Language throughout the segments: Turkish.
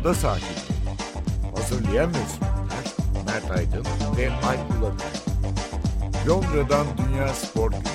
Ada sahilleri. Hazırlayan ve sunanlar Mert Aydın ve Alp Ulagay. Londra'dan Dünya Spor Günü.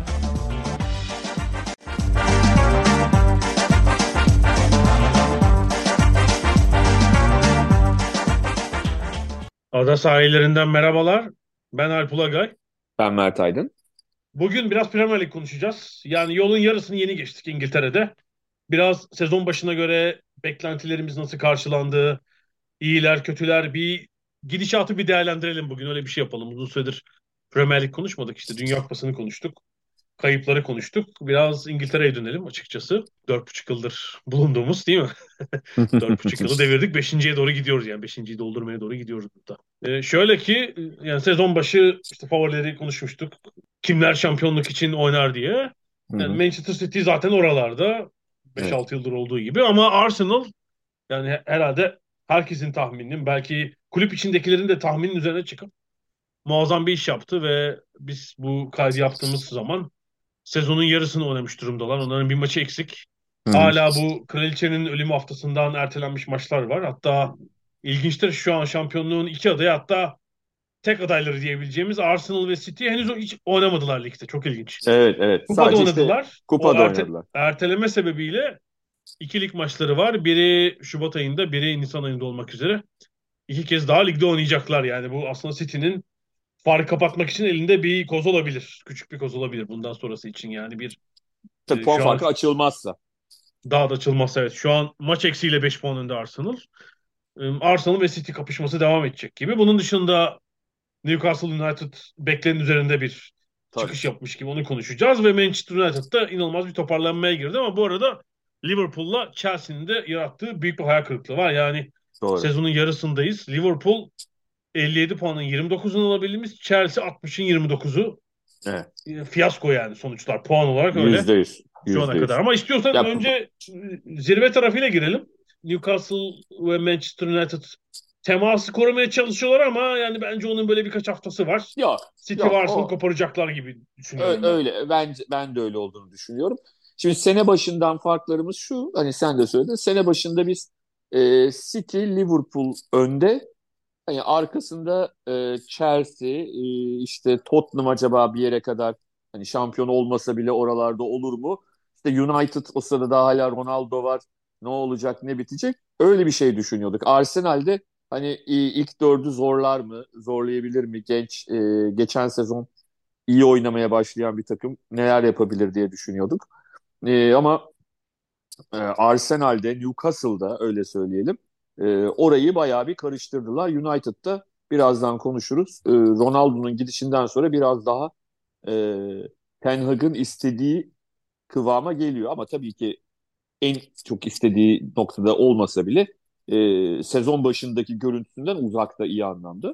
Ada sahillerinden merhabalar. Ben Alp Ulagay. Ben Mert Aydın. Bugün biraz Premier Lig konuşacağız. Yani yolun yarısını yeni geçtik İngiltere'de. Biraz sezon başına göre beklentilerimiz nasıl karşılandı, iyiler, kötüler bir gidişatı bir değerlendirelim bugün. Öyle bir şey yapalım. Uzun süredir Premier Lig konuşmadık. İşte Dünya Kupası'nı konuştuk. Kayıpları konuştuk. Biraz İngiltere'ye dönelim açıkçası. 4,5 yıldır bulunduğumuz değil mi? 4,5 yılı devirdik. Beşinciye doğru gidiyoruz yani. Beşinciyi doldurmaya doğru gidiyoruz burada. Şöyle ki yani sezon başı işte favorileri konuşmuştuk. Kimler şampiyonluk için oynar diye. Hı Yani hı. Manchester City zaten oralarda. beş Evet. altı yıldır olduğu gibi. Ama Arsenal yani herhalde herkesin tahmininin belki kulüp içindekilerin de tahminin üzerine çıkıp muazzam bir iş yaptı ve biz bu kaydı yaptığımız zaman sezonun yarısını oynamış durumdalar. Onların bir maçı eksik. Hı hı. Hala bu kraliçenin ölüm haftasından ertelenmiş maçlar var. Hatta ilginçtir şu an şampiyonluğun iki adayı hatta tek adayları diyebileceğimiz Arsenal ve City henüz hiç oynamadılar ligde. Çok ilginç. Evet, evet. Kupada Sadece işte oynadılar. O kupada oynadılar. erteleme sebebiyle iki lig maçları var. Biri Şubat ayında, biri Nisan ayında olmak üzere. İki kez daha ligde oynayacaklar yani. Bu aslında City'nin farkı kapatmak için elinde bir koz olabilir. Küçük bir koz olabilir bundan sonrası için yani bir Tabii puan şu an farkı açılmazsa. daha da açılmazsa evet. Şu an maç eksiğiyle 5 puan önde Arsenal. Arsenal ve City kapışması devam edecek gibi. Bunun dışında Newcastle United beklenenin üzerinde bir Tabii. çıkış yapmış gibi onu konuşacağız ve Manchester United da inanılmaz bir toparlanmaya girdi ama bu arada Liverpool'la Chelsea'nin de yarattığı büyük bir hayal kırıklığı var. Yani Doğru. sezonun yarısındayız. Liverpool 57 puanın 29'unu alabilmiş. Chelsea 60'ın 29'u. Evet. Fiyasko yani sonuçlar. Puan olarak öyle %100. şu ana kadar. %100. Ama istiyorsan Ya, önce zirve tarafıyla girelim. Newcastle ve Manchester United teması korumaya çalışıyorlar ama yani bence onun böyle birkaç haftası var. yok. City ve Yok. Arsenal koparacaklar gibi düşünüyorum ben. Öyle. Ben de öyle olduğunu düşünüyorum. Şimdi sene başından farklarımız şu. Hani sen de söyledin. Sene başında biz City, Liverpool önde. Hani arkasında Chelsea, işte Tottenham acaba bir yere kadar hani şampiyon olmasa bile oralarda olur mu? İşte United o sırada daha hala Ronaldo var. Ne olacak, ne bitecek? Öyle bir şey düşünüyorduk. Arsenal'de hani ilk dördü zorlar mı? Zorlayabilir mi? Geçen sezon iyi oynamaya başlayan bir takım neler yapabilir diye düşünüyorduk. Ama Arsenal'de, Newcastle'da öyle söyleyelim. Orayı bayağı bir karıştırdılar. United'da birazdan konuşuruz. Ronaldo'nun gidişinden sonra biraz daha e, Ten Hag'ın istediği kıvama geliyor. Ama tabii ki en çok istediği noktada olmasa bile sezon başındaki görüntüsünden uzakta iyi anlamda.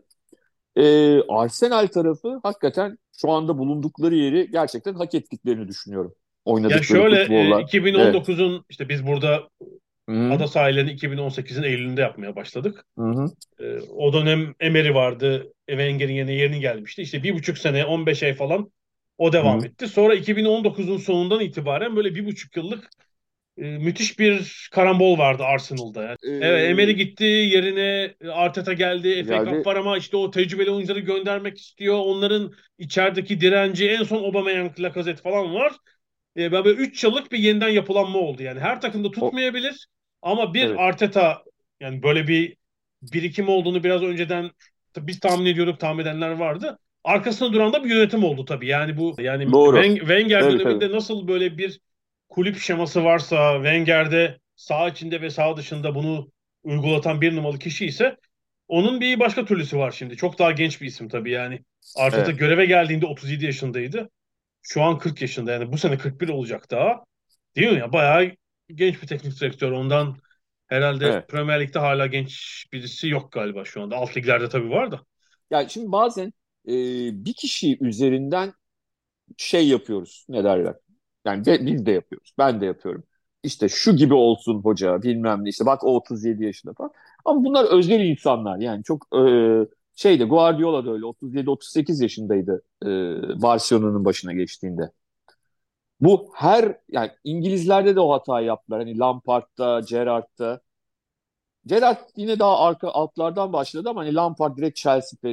Arsenal tarafı hakikaten şu anda bulundukları yeri gerçekten hak ettiklerini düşünüyorum. Yani Oynadıkları şöyle futbolla. Evet. 2019'un işte biz burada Hı-hı. ada sahillerini 2018'in Eylül'ünde yapmaya başladık. Hı-hı. O dönem Emery vardı. Wenger'in yerine gelmişti. İşte 1,5 sene 15 ay falan o devam Hı-hı. etti. Sonra 2019'un sonundan itibaren böyle 1,5 yıllık müthiş bir karambol vardı Arsenal'da. Yani. Evet, Emery Ee, gitti, yerine Arteta geldi. FA Cup geldi. var ama işte o tecrübeli oyuncuları göndermek istiyor. Onların içerideki direnci en son Aubameyang, Lacazette falan var. Böyle 3 yıllık bir yeniden yapılanma oldu. Yani her takımda O, tutmayabilir ama bir evet. Arteta yani böyle bir birikim olduğunu biraz önceden biz tahmin ediyorduk, tahmin edenler vardı. Arkasında duran da bir yönetim oldu tabii. Yani bu yani Doğru. Wenger Tabii, tabii. döneminde nasıl böyle bir kulüp şeması varsa Wenger'de sağ içinde ve sağ dışında bunu uygulatan bir numaralı kişi ise onun bir başka türlüsü var şimdi. Çok daha genç bir isim tabii yani. Arteta Evet. göreve geldiğinde 37 yaşındaydı. Şu an 40 yaşında yani bu sene 41 olacak daha. Değil mi ya? Bayağı genç bir teknik direktör. Ondan herhalde Evet. Premier Lig'de hala genç birisi yok galiba şu anda. Alt liglerde tabii var da. Yani şimdi bazen e, bir kişi üzerinden şey yapıyoruz. Ne derler? Yani biz de yapıyoruz. Ben de yapıyorum. İşte şu gibi olsun hoca bilmem ne. İşte bak o 37 yaşında falan. Ama bunlar özel insanlar. Yani çok şeydi Guardiola da öyle 37-38 yaşındaydı Barcelona'nın başına geçtiğinde. Bu her yani İngilizlerde de o hatayı yaptılar. Hani Lampard'da, Gerrard'da. Gerrard yine daha arka altlardan başladı ama hani Lampard direkt Chelsea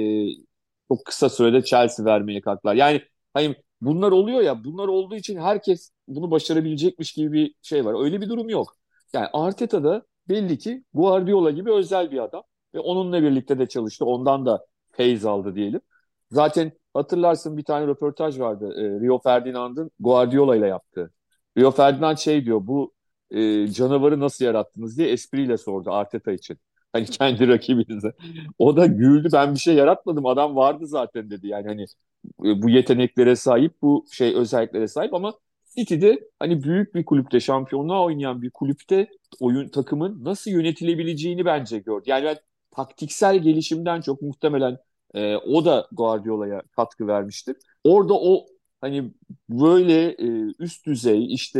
çok kısa sürede Chelsea vermeye kalktılar. Yani hani bunlar oluyor ya, bunlar olduğu için herkes bunu başarabilecekmiş gibi bir şey var. Öyle bir durum yok. Yani Arteta da belli ki Guardiola gibi özel bir adam ve onunla birlikte de çalıştı. Ondan da feyz aldı diyelim. Zaten hatırlarsın, bir tane röportaj vardı. Rio Ferdinand'ın Guardiola ile yaptığı. Rio Ferdinand şey diyor, bu canavarı nasıl yarattınız diye espriyle sordu Arteta için. Hani kendi rakibinize. O da güldü. Ben bir şey yaratmadım. Adam vardı zaten dedi. Yani hani bu yeteneklere sahip, bu şey özelliklere sahip ama City'de hani büyük bir kulüpte, şampiyonluğa oynayan bir kulüpte oyun takımın nasıl yönetilebileceğini bence gördü. Yani ben taktiksel gelişimden çok muhtemelen o da Guardiola'ya katkı vermiştir. Orada o hani böyle üst düzey işte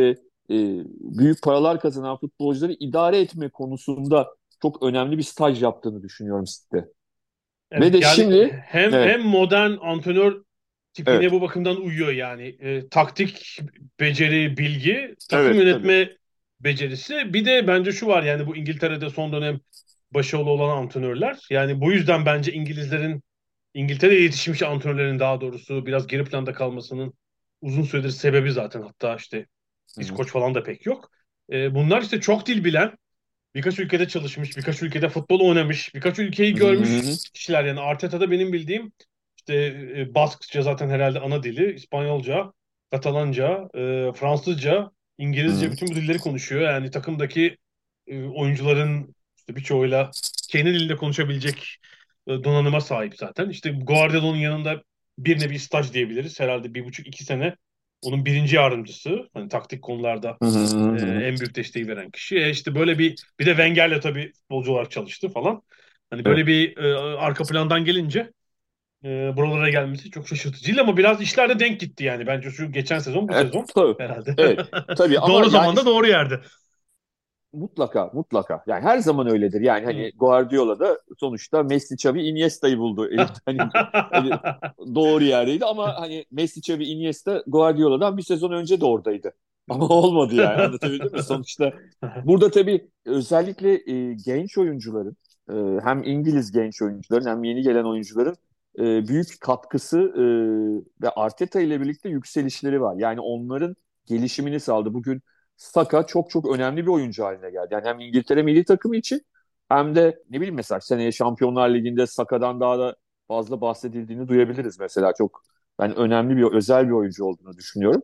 büyük paralar kazanan futbolcuları idare etme konusunda çok önemli bir staj yaptığını düşünüyorum City'de. Ve Evet, de yani şimdi hem evet, modern antrenör tipine evet, bu bakımdan uyuyor yani. Taktik beceri, bilgi, takım evet tabii. yönetme becerisi. Bir de bence şu var, yani bu İngiltere'de son dönem başarılı olan antrenörler. Yani bu yüzden bence İngiltere'de yetişmiş antrenörlerin daha doğrusu biraz geri planda kalmasının uzun süredir sebebi zaten, hatta işte Hı hı. İskoç falan da pek yok. Bunlar işte çok dil bilen, birkaç ülkede çalışmış, birkaç ülkede futbol oynamış, birkaç ülkeyi Hı hı, hı görmüş hı. kişiler. Yani Arteta'da benim bildiğim işte Baskça zaten herhalde ana dili, İspanyolca, Katalanca, Fransızca, Hı İngilizce, hı. bütün bu dilleri konuşuyor. Yani takımdaki oyuncuların işte birçoğuyla kendi dilinde konuşabilecek donanıma sahip zaten. İşte Guardiola'nın yanında bir nevi staj diyebiliriz. Herhalde 1,5-2 sene onun birinci yardımcısı. Hani taktik konularda Hı hı, hı hı. en büyük desteği veren kişi. İşte böyle bir de Wenger'le tabii futbolcu olarak çalıştı falan. Hani Evet. böyle bir arka plandan gelince buralara gelmesi çok şaşırtıcı değil, ama biraz işler de denk gitti yani. Bence şu geçen sezon, bu sezon Tabii. herhalde. Evet. Tabii ama Doğru yani zamanda doğru yerde. mutlaka mutlaka. Yani her zaman öyledir. Yani Hı. hani Guardiola da sonuçta Messi, Xavi, Iniesta'yı buldu. Hani doğru yerdeydi ama hani Messi, Xavi, Iniesta Guardiola'dan bir sezon önce de oradaydı. Ama olmadı yani. Anlatabildim mi? Sonuçta burada tabii özellikle genç oyuncuların hem İngiliz genç oyuncuların hem yeni gelen oyuncuların büyük katkısı ve Arteta ile birlikte yükselişleri var. Yani onların gelişimini sağladı. Bugün Saka çok çok önemli bir oyuncu haline geldi. Yani hem İngiltere milli takımı için hem de ne bileyim mesela seneye Şampiyonlar Ligi'nde Saka'dan daha da fazla bahsedildiğini duyabiliriz mesela. Çok ben önemli bir özel bir oyuncu olduğunu düşünüyorum.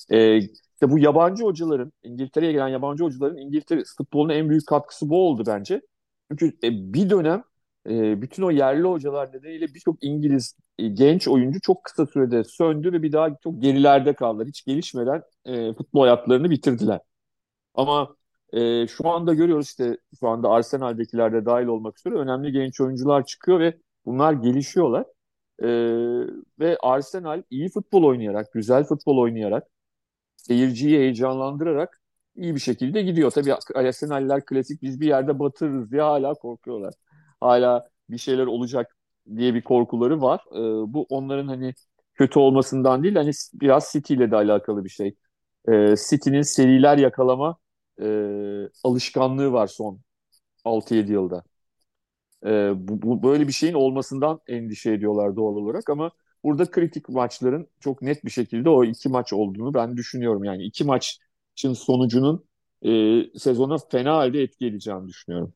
İşte bu yabancı hocaların, İngiltere'ye gelen yabancı hocaların İngiltere futboluna en büyük katkısı bu oldu bence. Çünkü bir dönem bütün o yerli hocalar nedeniyle birçok İngiliz genç oyuncu çok kısa sürede söndü ve bir daha çok gerilerde kaldılar. Hiç gelişmeden futbol hayatlarını bitirdiler. Ama şu anda görüyoruz işte şu anda Arsenal'dekiler de dahil olmak üzere önemli genç oyuncular çıkıyor ve bunlar gelişiyorlar. E, Ve Arsenal iyi futbol oynayarak, güzel futbol oynayarak, seyirciyi heyecanlandırarak iyi bir şekilde gidiyor. Tabii Arsenal'ler klasik biz bir yerde batırırız diye hala korkuyorlar. Hala bir şeyler olacak diye bir korkuları var. Bu onların hani kötü olmasından değil, hani biraz City ile de alakalı bir şey. City'nin seriler yakalama alışkanlığı var son 6-7 yılda. Böyle bir şeyin olmasından endişe ediyorlar doğal olarak ama burada kritik maçların çok net bir şekilde o iki maç olduğunu ben düşünüyorum. Yani iki maçın sonucunun sezona fena halde etki edeceğini düşünüyorum.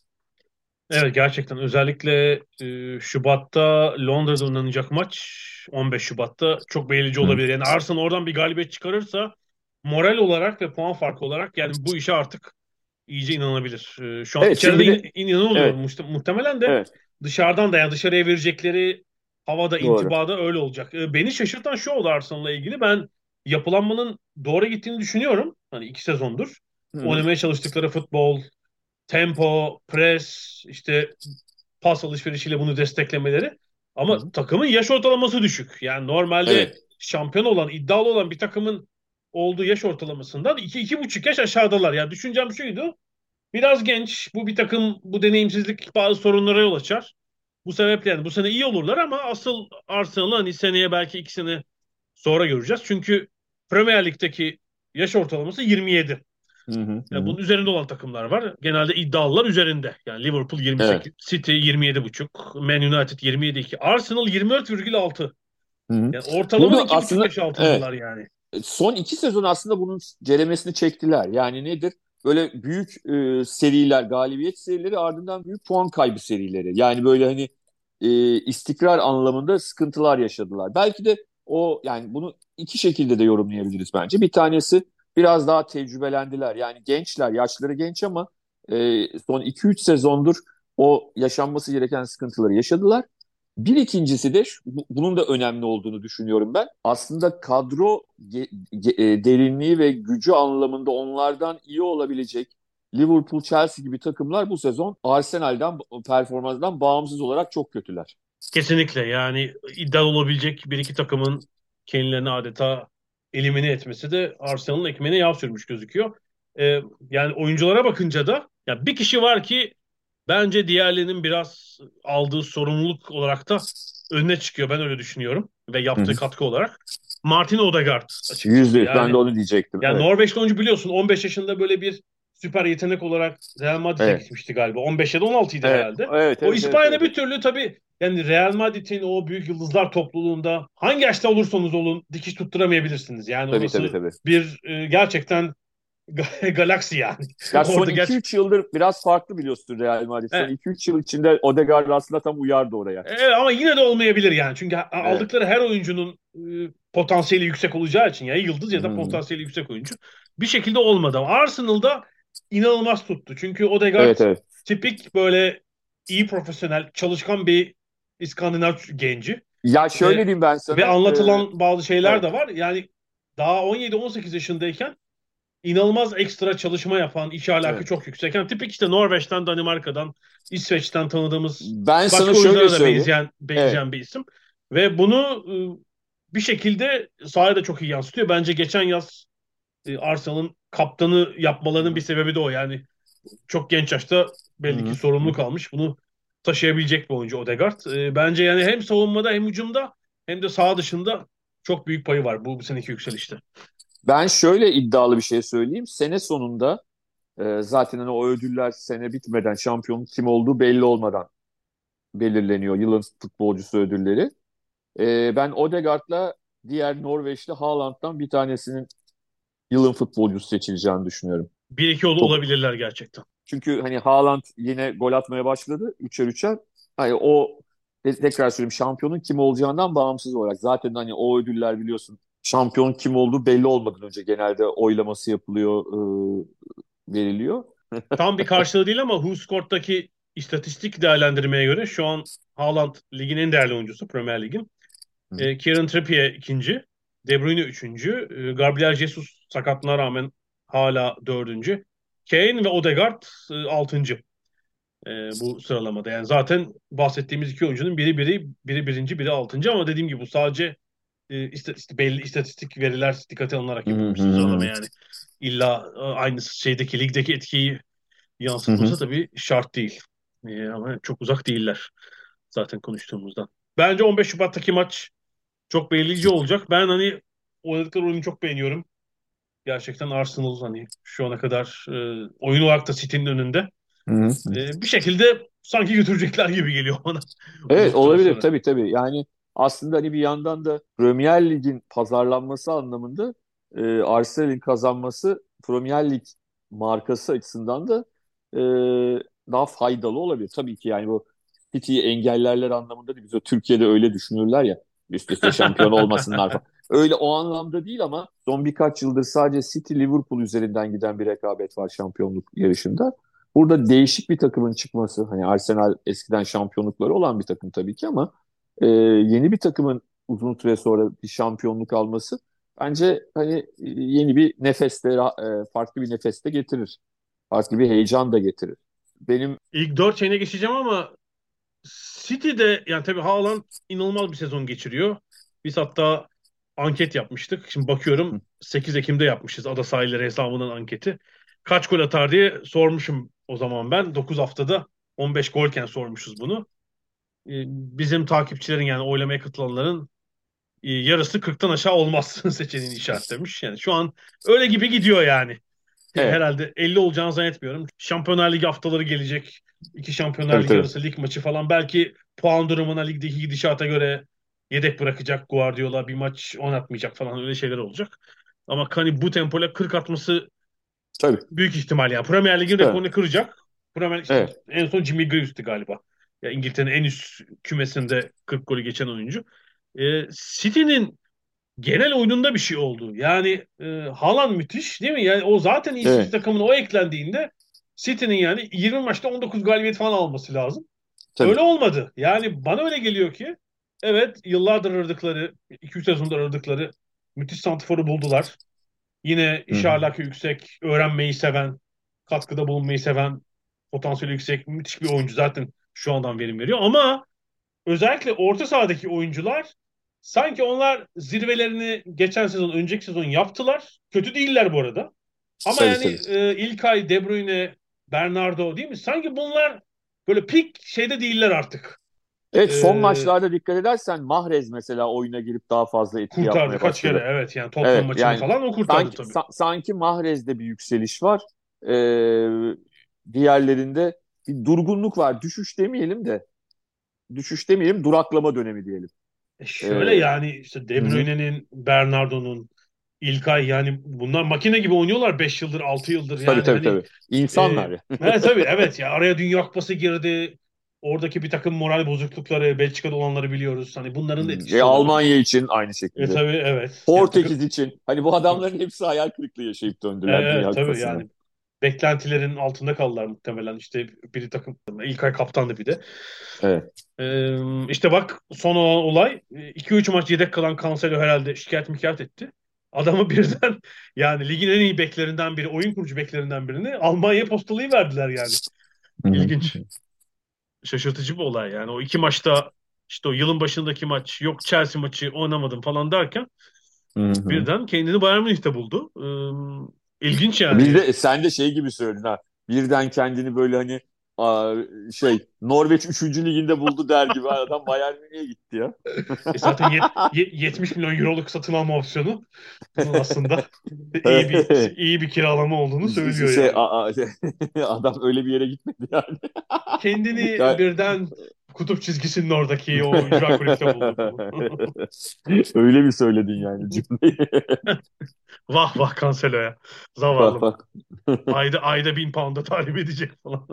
Evet, gerçekten özellikle Şubat'ta Londra'da oynanacak maç, 15 Şubat'ta çok belirleyici Hı. olabilir. Yani Arsenal oradan bir galibiyet çıkarırsa moral olarak ve puan farkı olarak yani bu işe artık iyice inanabilir. Şu an Evet içeride şimdi bir de inanılmıyor. evet, Muhtemelen de evet, dışarıdan da, yani dışarıya verecekleri havada, doğru. intibada öyle olacak. Beni şaşırtan şu oldu Arsenal'la ilgili. Ben yapılanmanın doğru gittiğini düşünüyorum. Hani 2 sezondur. Hı. Oynamaya çalıştıkları futbol, tempo, pres, işte pas alışverişiyle bunu desteklemeleri. Ama Hı. takımın yaş ortalaması düşük. Yani normalde Evet. şampiyon olan, iddialı olan bir takımın olduğu yaş ortalamasından 2-2,5 yaş aşağıdalar. Yani düşüncem şuydu: biraz genç. Bu bir takım, bu deneyimsizlik bazı sorunlara yol açar. Bu sebeple yani bu sene iyi olurlar ama asıl Arsenal'ı hani seneye belki 2 sene sonra göreceğiz. Çünkü Premier Lig'deki yaş ortalaması 27. Hı hı, hı Yani bunun hı. üzerinde olan takımlar var. Genelde iddialılar üzerinde. Yani Liverpool Evet. 28, City 27,5, Man United 27,2, Arsenal 24,6. Hı hı. Yani ortalama Bunu 2,5 aslında yaş altındalar evet, yani. son 2 sezon aslında bunun ceremesini çektiler. Yani nedir? Böyle büyük seriler, galibiyet serileri ardından büyük puan kaybı serileri. Yani böyle hani istikrar anlamında sıkıntılar yaşadılar. Belki de o, yani bunu iki şekilde de yorumlayabiliriz bence. Bir tanesi, biraz daha tecrübelendiler. Yani gençler, yaşları genç ama son 2-3 sezondur o yaşanması gereken sıkıntıları yaşadılar. Bir ikincisi de bunun da önemli olduğunu düşünüyorum ben. Aslında kadro derinliği ve gücü anlamında onlardan iyi olabilecek Liverpool, Chelsea gibi takımlar bu sezon Arsenal'dan, performansdan bağımsız olarak çok kötüler. Kesinlikle yani iddialı olabilecek bir iki takımın kendilerini adeta elimine etmesi de Arsenal'ın ekmeğine yağ sürmüş gözüküyor. Yani oyunculara bakınca da ya bir kişi var ki bence diğerlerinin biraz aldığı sorumluluk olarak da önüne çıkıyor. Ben öyle düşünüyorum ve Hı yaptığı hı. katkı olarak. Martin Odegaard açıkçası. %100, ben de Yani onu diyecektim. yani Evet, Norveçli oyuncu biliyorsun 15 yaşında böyle bir süper yetenek olarak Real Madrid'e evet, gitmişti galiba. 15 ya da 16 idi evet, herhalde. evet, O evet, evet, İspanya'da evet, bir evet. türlü tabii yani Real Madrid'in o büyük yıldızlar topluluğunda hangi yaşta olursanız olun dikiş tutturamayabilirsiniz. Yani Tabii, tabii, orası tabii. bir gerçekten galaksi yani. Ya son Orada iki gerçek. üç yıldır biraz farklı, biliyorsun Real Madrid. Son Evet. 2-3 yıl içinde Odegaard aslında tam uyardı oraya. Evet, ama yine de olmayabilir yani. Çünkü Evet. aldıkları her oyuncunun potansiyeli yüksek olacağı için ya yıldız Hı ya da hı. potansiyeli yüksek oyuncu bir şekilde olmadı. Ama Arsenal'da inanılmaz tuttu. Çünkü Odegaard Evet, evet. tipik böyle iyi profesyonel, çalışkan bir İskandinav genci. Ya şöyle E, diyeyim ben ve sana. anlatılan bazı şeyler Evet. de var. Yani daha 17-18 yaşındayken inanılmaz ekstra çalışma yapan, iş ahlakı Evet. çok yüksek. Yani tipik işte Norveç'ten, Danimarka'dan, İsveç'ten tanıdığımız Ben sana başka şöyle oyunculara da söyleyeyim. benzeyen Evet. bir isim. Ve bunu bir şekilde sahaya da çok iyi yansıtıyor. Bence geçen yaz Arsenal'ın kaptanı Hı yapmalarının bir hı. sebebi de o. Yani çok genç yaşta Hı belli ki hı. Hı sorumluluk hı. almış. Bunu taşıyabilecek bir oyuncu Odegaard. Bence yani hem savunmada hem hücumda hem de saha dışında çok büyük payı var bu seneki yükselişte. Ben şöyle iddialı bir şey söyleyeyim. Sene sonunda zaten hani o ödüller sene bitmeden, şampiyonun kim olduğu belli olmadan belirleniyor. Yılın futbolcusu ödülleri. Ben Odegaard'la diğer Norveçli Haaland'dan bir tanesinin yılın futbolcusu seçileceğini düşünüyorum. Bir iki Çok, olabilirler gerçekten. çünkü hani Haaland yine gol atmaya başladı. Üçer üçer. Hani o, tekrar söyleyeyim, şampiyonun kim olacağından bağımsız olarak. Zaten hani o ödüller, biliyorsun, şampiyonun kim olduğu belli olmadan önce genelde oylaması yapılıyor, veriliyor. Tam bir karşılığı değil ama WhoScored'daki istatistik değerlendirmeye göre şu an Haaland ligin en değerli oyuncusu Premier Lig'in. Hı hı. Kieran Trippier ikinci. De Bruyne üçüncü. Gabriel Jesus sakatlığına rağmen hala dördüncü. Kane ve Odegaard altıncı bu sıralamada. Yani zaten bahsettiğimiz iki oyuncunun biri birinci, biri altıncı ama dediğim gibi bu sadece belli istatistik veriler dikkate alınarak Hı hı, yapılmış hı sıralama hı, yani. İlla aynı şeydeki ligdeki etkiyi hı hı. yansıtması tabii şart değil. Ama çok uzak değiller zaten konuştuğumuzdan. Bence 15 Şubat'taki maç çok belirleyici olacak. Ben hani oynadıkları oyunu çok beğeniyorum. Gerçekten Arsenal hani şu ana kadar oyun olarak da City'nin önünde. Hı hı. Bir şekilde sanki götürecekler gibi geliyor bana Evet, uzun süre olabilir, sonra. tabii tabii. Yani aslında hani bir yandan da Premier Lig'in pazarlanması anlamında Arsenal'in kazanması Premier Lig markası açısından da e, daha faydalı olabilir. Tabii ki yani bu City'yi engellerler anlamında değil. Biz de Türkiye'de öyle düşünürler ya, üst üste şampiyon olmasınlar falan. Öyle o anlamda değil ama son birkaç yıldır sadece City Liverpool üzerinden giden bir rekabet var şampiyonluk yarışında. Burada değişik bir takımın çıkması, hani Arsenal eskiden şampiyonlukları olan bir takım tabii ki ama yeni bir takımın uzun süre sonra bir şampiyonluk alması bence hani yeni bir nefeste, farklı bir nefeste getirir. Farklı bir heyecan da getirir. Benim İlk 4 şeyine geçeceğim ama City'de yani tabii Haaland inanılmaz bir sezon geçiriyor. Biz hatta anket yapmıştık. Şimdi bakıyorum 8 Ekim'de yapmışız Ada Sahilleri hesabının anketi. Kaç gol atar diye sormuşum o zaman ben. 9 haftada 15 golken sormuşuz bunu. Bizim takipçilerin yani oylamaya katılanların yarısı 40'tan aşağı olmaz seçeneğini işaretlemiş. Yani şu an öyle gibi gidiyor yani. Evet. Herhalde 50 olacağını zannetmiyorum. Şampiyonlar Ligi haftaları gelecek. İki Şampiyonlar Tabii Ligi tabii. arası lig maçı falan. Belki puan durumuna ligdeki gidişata göre yedek bırakacak Guardiola. Bir maç oynatmayacak falan, öyle şeyler olacak. Ama hani bu tempoyla 40 atması Tabii. büyük ihtimal yani. Premier Lig'in Evet. rekorunu kıracak. işte Evet. en son Jimmy Greaves'ti galiba. Ya İngiltere'nin en üst kümesinde 40 golü geçen oyuncu. City'nin genel oyununda bir şey oldu. Yani Haaland müthiş değil mi? Yani o zaten iyi City Evet. takımına o eklendiğinde City'nin yani 20 maçta 19 galibiyet falan alması lazım. Tabii. Öyle olmadı. Yani bana öyle geliyor ki evet, yıllardır aradıkları, 2-3 sezondur aradıkları müthiş santrforu buldular. Yine Hı iş hı. ahlakı yüksek, öğrenmeyi seven, katkıda bulunmayı seven, potansiyeli yüksek, müthiş bir oyuncu. Zaten şu andan verim veriyor. Ama özellikle orta sahadaki oyuncular, sanki onlar zirvelerini geçen sezon, önceki sezon yaptılar. Kötü değiller bu arada. Ama Tabii yani tabii. İlkay, De Bruyne, Bernardo değil mi? Sanki bunlar böyle peak şeyde değiller artık. Evet, son E, maçlarda dikkat edersen Mahrez mesela oyuna girip daha fazla etki Kurtardı yapmaya kaç kere. başladı. Evet yani Tottenham Evet maçını yani falan o kurtardı tabii. sanki Mahrez'de bir yükseliş var. Diğerlerinde bir durgunluk var. Düşüş demeyelim, duraklama dönemi diyelim. Şöyle Ee, yani işte hı De hı. Bruyne'nin, Bernardo'nun, İlkay, yani bunlar makine gibi oynuyorlar 5 yıldır, 6 yıldır Tabii yani tabii hani tabii. İnsanlar. tabii evet ya, araya Dünya Kupası girdi. Oradaki bir takım moral bozuklukları, Belçika'da olanları biliyoruz. Hani bunların da etkisi oldu. Almanya için aynı şekilde. Tabii evet. Yani Portekiz için. Hani bu adamların hepsi hayal kırıklığı yaşayıp döndüler evet Dünya tabii Kupası'na. yani beklentilerin altında kaldılar muhtemelen. İşte biri takım, İlkay kaptandı bir de. Evet. İşte bak son olan olay, 2-3 maç yedek kalan Cancelo herhalde şikayet etti. Adamı birden yani ligin en iyi beklerinden biri, oyun kurucu beklerinden birini Almanya postalayı verdiler yani. Hı hı. İlginç. Şaşırtıcı bir olay yani. O iki maçta, işte o yılın başındaki maç, yok Chelsea maçı oynamadım falan derken Hı hı. birden kendini Bayern Münih'te buldu. İlginç Bir yani. de sen de şey gibi söyledin ha. Birden kendini böyle hani aa, Norveç 3. liginde buldu der gibi adam Bayern Münih'e gitti ya. Zaten 70 milyon euroluk satın alma opsiyonu bunun aslında iyi bir kiralama olduğunu söylüyor Şey, yani. adam öyle bir yere gitmedi yani. Kendini Ya- birden kutup çizgisinin oradaki o ücra kulüpte buldu falan. Öyle mi söyledin yani cümleyi? Vah vah Cancelo'ya. Bak Zavallım. bak. Ayda 1.000 pound'a talep edecek falan.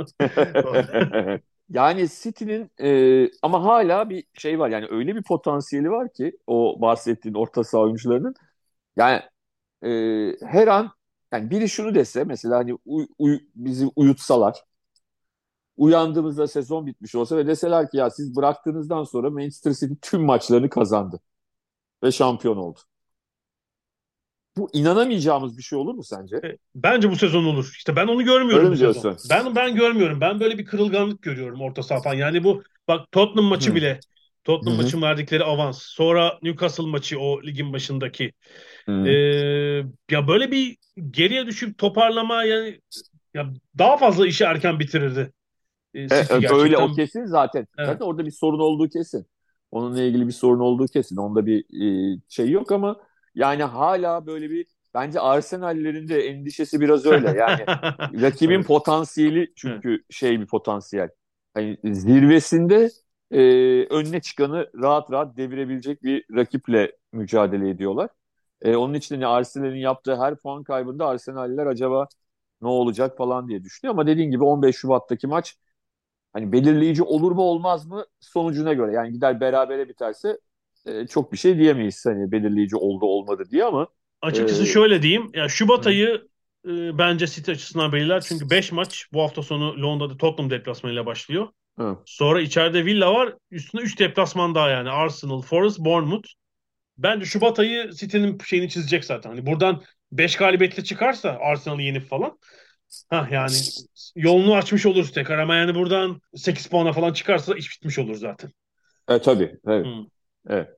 Yani City'nin ama hala bir şey var yani öyle bir potansiyeli var ki o bahsettiğin orta saha oyuncularının yani her an yani biri şunu dese mesela hani bizi uyutsalar uyandığımızda sezon bitmiş olsa ve deseler ki ya siz bıraktığınızdan sonra Manchester City tüm maçlarını kazandı ve şampiyon oldu. Bu inanamayacağımız bir şey olur mu sence? Bence bu sezon olur. İşte ben onu Öyle görmüyorum bu mi sezon. diyorsun? Ben görmüyorum. Ben böyle bir kırılganlık görüyorum orta sahadan. Yani bu bak Tottenham maçı Hı bile. hı Tottenham hı. maçın verdikleri avans. Sonra Newcastle maçı, o ligin başındaki. Ee, Hı. ya böyle bir geriye düşüp toparlama yani, ya daha fazla işi erken bitirirdi City Öyle o gerçekten. kesin zaten. Evet. Zaten orada bir sorun olduğu kesin. Onunla ilgili bir sorun olduğu kesin. Onda bir şey yok ama yani hala böyle bir bence Arsenal'lerin de endişesi biraz öyle. Yani rakibin Tabii. potansiyeli Evet. çünkü şey bir potansiyel. Hani zirvesinde e, önüne çıkanı rahat rahat devirebilecek bir rakiple mücadele ediyorlar. Onun için hani Arsenal'in yaptığı her puan kaybında Arsenal'ler acaba ne olacak falan diye düşünüyor. Ama dediğin gibi 15 Şubat'taki maç hani belirleyici olur mu olmaz mı sonucuna göre. Yani gider berabere biterse çok bir şey diyemeyiz hani belirleyici oldu olmadı diye ama e, Açıkçası şöyle diyeyim. Ya Şubat hı, ayı bence City açısından belirler. Çünkü 5 maç bu hafta sonu Londra'da Tottenham deplasmanıyla başlıyor. hı. Sonra içeride Villa var. Üstüne 3 deplasman daha yani. Arsenal, Forest, Bournemouth. Bence Şubat ayı City'nin şeyini çizecek zaten. Hani buradan 5 galibiyetle çıkarsa Arsenal'ı yenip falan. Ha yani yolunu açmış oluruz tekrar, ama yani buradan 8 puana falan çıkarsa iş bitmiş olur zaten. Tabii, evet, Hı. evet.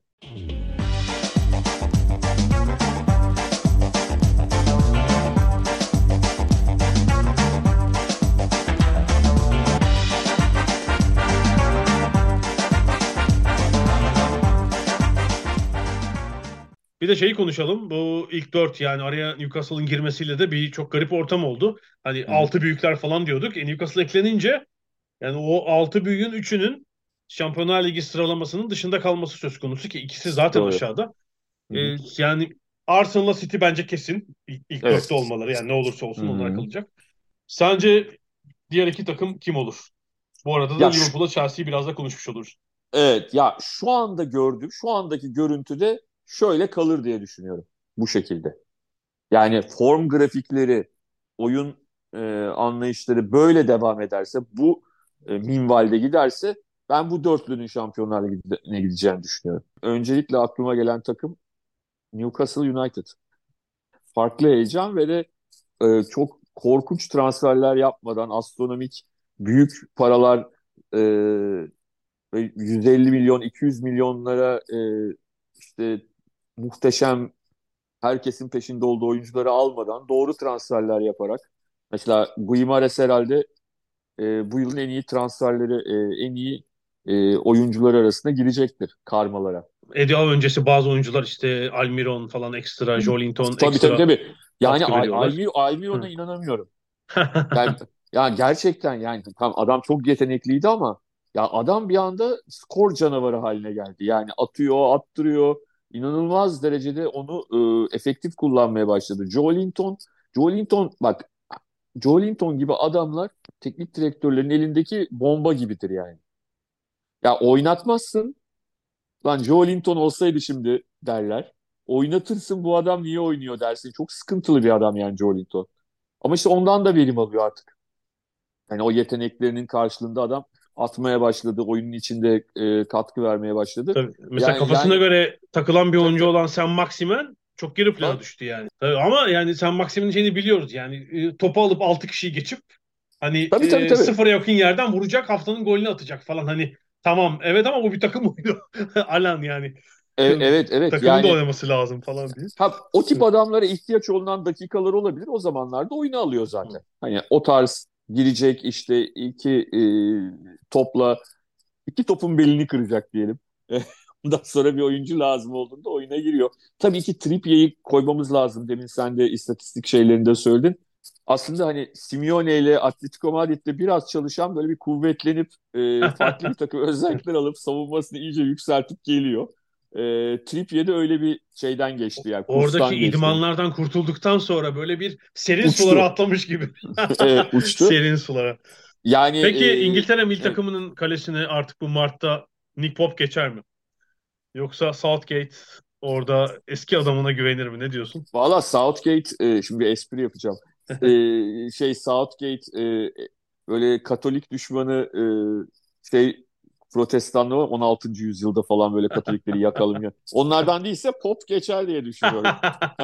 Bir de şeyi konuşalım. Bu ilk dört, yani araya Newcastle'ın girmesiyle de bir çok garip ortam oldu. Hani Hı hı. altı büyükler falan diyorduk. Newcastle eklenince yani o altı büyüğün üçünün Şampiyonlar Ligi sıralamasının dışında kalması söz konusu ki ikisi zaten Doğru. aşağıda. Hı hı. Yani Arsenal'la City bence kesin ilk dörtte Evet. olmaları. Yani ne olursa Hı olsun onlar hı. kalacak. Sence diğer iki takım kim olur? Bu arada da Ya Liverpool'la Chelsea'yi biraz da konuşmuş oluruz. evet ya şu anda gördüğüm, şu andaki görüntüde şöyle kalır diye düşünüyorum. Bu şekilde. Yani form grafikleri, oyun anlayışları böyle devam ederse, bu minvalde giderse ben bu dörtlünün Şampiyonlar Ligi'ne gideceğini düşünüyorum. Öncelikle aklıma gelen takım Newcastle United. Farklı heyecan ve de çok korkunç transferler yapmadan astronomik büyük paralar, ve 150 milyon 200 milyonlara işte muhteşem, herkesin peşinde olduğu oyuncuları almadan doğru transferler yaparak, mesela Guimares herhalde bu yılın en iyi transferleri, en iyi oyuncular arasına girecektir karmalara. Eddie Howe öncesi bazı oyuncular işte Almiron falan ekstra, Joelinton Tabii tabii ekstra tabii. Yani katkı veriyorlar. Almiron'a Hı. inanamıyorum. Yani, yani gerçekten yani tam adam çok yetenekliydi ama ya adam bir anda skor canavarı haline geldi. Yani atıyor, attırıyor. İnanılmaz derecede onu efektif kullanmaya başladı. Joelinton bak, Joelinton gibi adamlar teknik direktörlerin elindeki bomba gibidir yani. Ya oynatmazsın. Lan Joelinton olsaydı şimdi derler. Oynatırsın, bu adam niye oynuyor dersin. Çok sıkıntılı bir adam yani Joelinton. Ama işte ondan da verim alıyor artık. Yani o yeteneklerinin karşılığında adam atmaya başladı. Oyunun içinde katkı vermeye başladı. Tabii. Mesela kafasına Yani göre takılan bir tabii oyuncu tabii. olan Sen Maximen çok geri plana Tabii düştü yani. Tabii ama yani Sen Maximen'in şeyini biliyoruz yani, topu alıp 6 kişiyi geçip hani tabii tabii. Tabii. sıfıra yakın yerden vuracak, haftanın golünü atacak falan, hani tamam evet ama bu bir takım oyunu. Alan yani. Evet evet Takımın da yani oynaması lazım falan diye. o tip adamlara ihtiyaç olunan dakikalar olabilir. O zamanlarda oyunu alıyor zaten. Hani o tarz girecek, işte topla iki topun belini kıracak diyelim. Ondan sonra bir oyuncu lazım olduğunda oyuna giriyor. Tabii ki Trippier'i koymamız lazım. Demin sen de istatistik şeylerinde söyledin. Aslında hani Simeone ile Atletico Madrid'de biraz çalışan, böyle bir kuvvetlenip farklı bir takım özellikler alıp savunmasını iyice yükseltip geliyor. Trippier de öyle bir şeyden geçti, yani Oradaki kurstan geçti. idmanlardan kurtulduktan sonra böyle bir serin sulara Uçtu. atlamış gibi. Uçtu. Serin sulara. Yani Peki İngiltere milli evet. takımının kalesini artık bu Mart'ta Nick Pope geçer mi? Yoksa Southgate orada eski adamına güvenir mi? Ne diyorsun? Valla Southgate, şimdi bir espri yapacağım. Southgate böyle Katolik düşmanı, şey protestanlığı var 16. yüzyılda falan, böyle Katolikleri yakalım ya. Onlardan değilse Pop geçer diye düşünüyorum.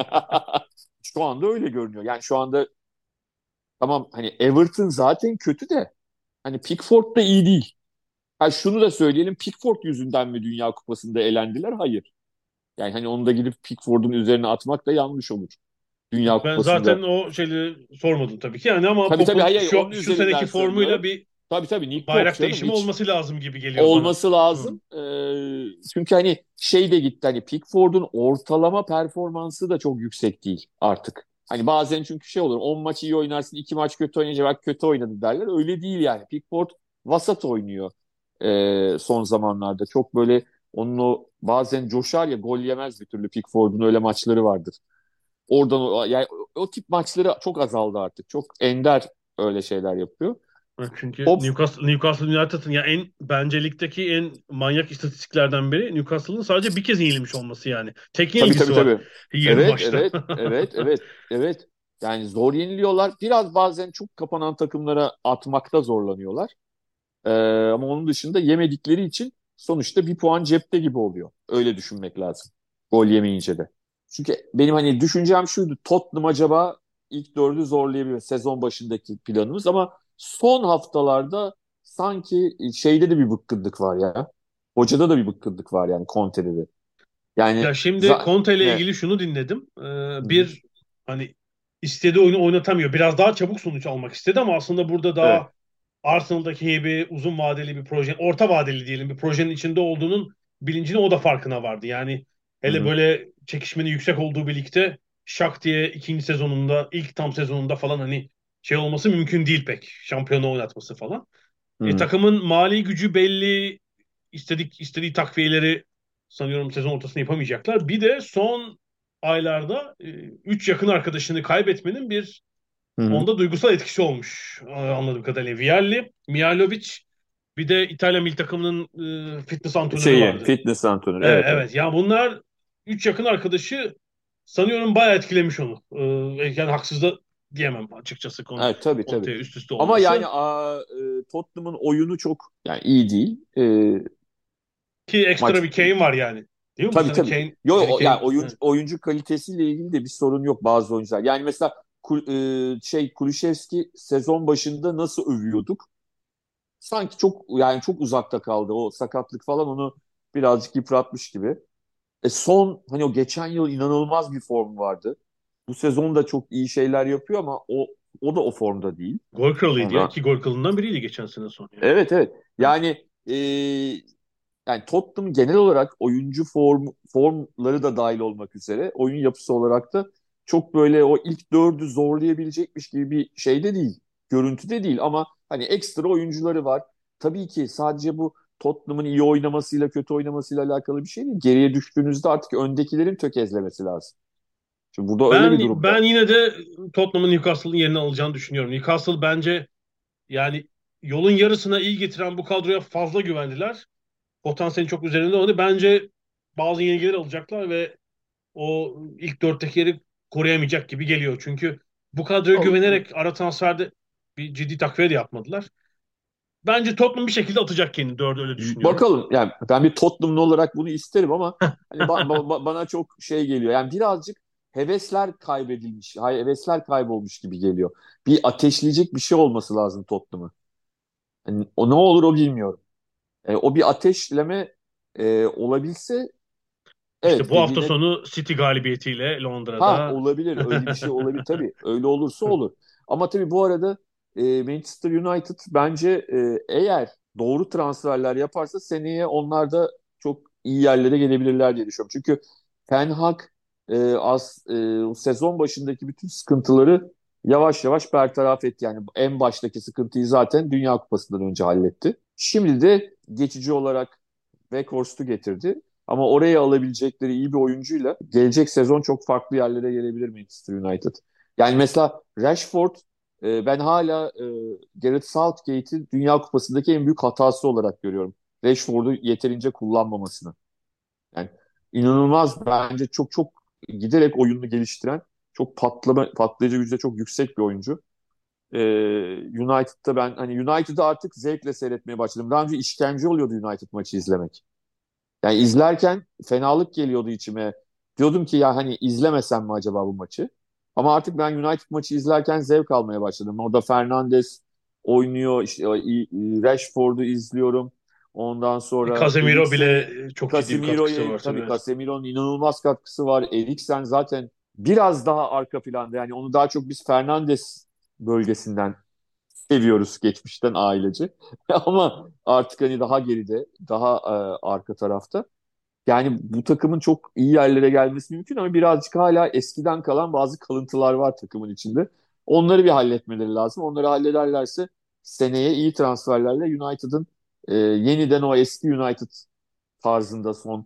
Şu anda öyle görünüyor. Yani şu anda tamam, hani Everton zaten kötü de hani Pickford da iyi değil. Ha şunu da söyleyelim, Pickford yüzünden mi Dünya Kupası'nda elendiler? Hayır. Yani hani onu da gidip Pickford'un üzerine atmak da yanlış olur. Dünya Ben zaten Kupası'nda. o şeyleri sormadım tabii ki. Yani ama Tabii tabii, Pop'un hayır, şu, onun şu seneki üzerinden formuyla söylüyorum. bir Tabii tabii, Nick Pope bayrak canım, değişimi hiç olması lazım gibi geliyor bana. olması Hı. lazım. Çünkü hani şey de gitti, hani Pickford'un ortalama performansı da çok yüksek değil artık. Hani bazen çünkü şey olur, 10 maç iyi oynarsın, 2 maç kötü oynayınca bak kötü oynadı derler. Öyle değil yani. Pickford vasat oynuyor son zamanlarda. Çok böyle, onun o bazen coşar ya, gol yemez bir türlü, Pickford'un öyle maçları vardır. Oradan yani o tip maçları çok azaldı artık. Çok ender öyle şeyler yapıyor. Çünkü Pop Newcastle United'ın ya en bence ligdeki en manyak istatistiklerden biri Newcastle'ın sadece bir kez yenilmiş olması yani. Tek tabii tabii yenilgisi var tabii. 20 Evet maçta. evet evet evet evet. Yani zor yeniliyorlar. Biraz bazen çok kapanan takımlara atmakta zorlanıyorlar. Ee, Ama onun dışında yemedikleri için sonuçta bir puan cepte gibi oluyor. Öyle düşünmek lazım. Gol yemeyince de. Çünkü benim hani düşüncem şuydu. Tottenham acaba ilk dördü zorlayabilir, sezon başındaki planımız, ama son haftalarda sanki şeyde de bir bıkkınlık var ya. Hocada da bir bıkkınlık var yani, Conte'de de. Yani Ya şimdi Conte ile ne? ilgili şunu dinledim. Hı hı. Bir, hani istediği oyunu oynatamıyor. Biraz daha çabuk sonuç almak istedi ama aslında burada Evet. daha Arsenal'daki gibi uzun vadeli bir proje, orta vadeli diyelim bir projenin içinde olduğunun bilincine o da farkına vardı. Yani Hı Hele hı. böyle çekişmenin yüksek olduğu bir ligde şak diye ikinci sezonunda, ilk tam sezonunda falan hani şey olması mümkün değil pek. Şampiyonu oynatması falan. Hı hı. Takımın mali gücü belli. İstediği takviyeleri sanıyorum sezon ortasında yapamayacaklar. Bir de son aylarda 3 yakın arkadaşını kaybetmenin bir Hı hı. onda duygusal etkisi olmuş. Anladığım kadarıyla. Vialli, Mihajlovic, bir de İtalya milli takımının fitness antrenörü vardı. Fitness antrenörü. Evet, Evet, evet. evet. Ya bunlar 3 yakın arkadaşı sanıyorum bayağı etkilemiş onu. Yani haksız da diyemem açıkçası Evet, tabii tabii. Conte üst üste Ama yani olması. Tottenham'ın oyunu çok yani iyi değil. Ki ekstra Maç bir Kane var yani. Değil mi? Bu tabii sene tabii. Kane, Yo, Harry yani Kane. Evet. oyuncu kalitesiyle ilgili de bir sorun yok bazı oyuncular. Yani mesela Kulusevski sezon başında nasıl övüyorduk? Sanki çok yani çok uzakta kaldı. O sakatlık falan onu birazcık yıpratmış gibi. Son hani o geçen yıl inanılmaz bir form vardı. Bu sezon da çok iyi şeyler yapıyor ama o da o formda değil. Gol kralıydı ya. Sonra 2 gol kralından biriydi geçen sene son yani. evet evet. Evet. Yani Tottenham genel olarak oyuncu formları da dahil olmak üzere oyun yapısı olarak da çok böyle o ilk dördü zorlayabilecekmiş gibi bir şeyde değil. Görüntüde değil ama hani ekstra oyuncuları var. Tabii ki sadece bu Tottenham'ın iyi oynamasıyla kötü oynamasıyla alakalı bir şey değil. Geriye düştüğünüzde artık öndekilerin tökezlemesi lazım. Şimdi burada öyle bir durum Ben var. yine de Tottenham'ın Newcastle'ın yerini alacağını düşünüyorum. Newcastle bence yani yolun yarısına iyi getiren bu kadroya fazla güvendiler. Potansiyelin çok üzerinde oldu. Bence bazı yenilgiler alacaklar ve o ilk dörtteki yeri koruyamayacak gibi geliyor. Çünkü bu kadroya güvenerek ara transferde bir ciddi takviye de yapmadılar. Bence Tottenham bir şekilde atacak kendini. Dördü öyle düşünüyorum. Bakalım yani ben bir Tottenhamlı olarak bunu isterim ama hani bana çok şey geliyor. Yani birazcık hevesler kaybedilmiş, hevesler kaybolmuş gibi geliyor. Bir ateşleyecek bir şey olması lazım Tottenham'ı. Yani o ne olur o bilmiyorum. O bir ateşleme olabilse İşte evet bu hafta dediğine sonu City galibiyetiyle ha Londra'da olabilir öyle bir şey olabilir tabii öyle olursa olur. Ama tabii bu arada Manchester United bence eğer doğru transferler yaparsa seneye onlar da çok iyi yerlere gelebilirler diye düşünüyorum. Çünkü Ten Hag sezon başındaki bütün sıkıntıları yavaş yavaş bertaraf etti. Yani en baştaki sıkıntıyı zaten Dünya Kupası'ndan önce halletti. Şimdi de geçici olarak Weghorst'u getirdi. Ama oraya alabilecekleri iyi bir oyuncuyla gelecek sezon çok farklı yerlere gelebilir Manchester United. Yani mesela Rashford ben hala Gareth Southgate'in Dünya Kupası'ndaki en büyük hatası olarak görüyorum. Rashford'u yeterince kullanmamasını. Yani inanılmaz bence çok çok giderek oyununu geliştiren çok patlayıcı gücü de çok yüksek bir oyuncu. E, United'da ben hani United'ı artık zevkle seyretmeye başladım. Daha önce işkence oluyordu United maçı izlemek. Yani izlerken fenalık geliyordu içime. Diyordum ki ya hani izlemesem mi acaba bu maçı? Ama artık ben United maçı izlerken zevk almaya başladım. Orada Fernandes oynuyor, işte Rashford'u izliyorum. Ondan sonra Casemiro bile Eriksen'i, çok ciddi bir katkısı Casemiro'yu var tabii. tabii Evet. Casemiro'nun inanılmaz katkısı var. Eriksen zaten biraz daha arka planda. Yani onu daha çok biz Fernandes bölgesinden seviyoruz geçmişten ailece. Ama artık hani daha geride, daha arka tarafta. Yani bu takımın çok iyi yerlere gelmesi mümkün ama birazcık hala eskiden kalan bazı kalıntılar var takımın içinde. Onları bir halletmeleri lazım. Onları hallederlerse seneye iyi transferlerle United'ın yeniden o eski United tarzında son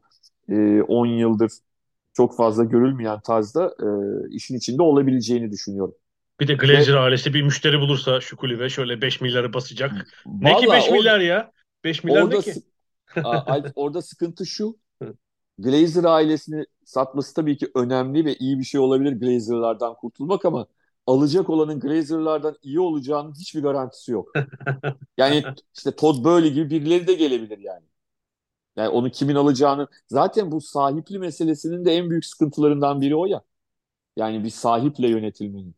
10 yıldır çok fazla görülmeyen tarzda işin içinde olabileceğini düşünüyorum. Bir de Glazer Ve ailesi bir müşteri bulursa şu kulübe şöyle 5 milyarı basacak. Ne ki valla 5 milyar ya? 5 milyar ne orada ki? Alp, orada sıkıntı şu. Glazer ailesini satması tabii ki önemli ve iyi bir şey olabilir Glazer'lardan kurtulmak ama alacak olanın Glazer'lardan iyi olacağının hiçbir garantisi yok. Yani işte Todd Boehly gibi birileri de gelebilir yani. Yani onu kimin alacağını zaten bu sahipli meselesinin de en büyük sıkıntılarından biri o ya. Yani bir sahiple yönetilmenin.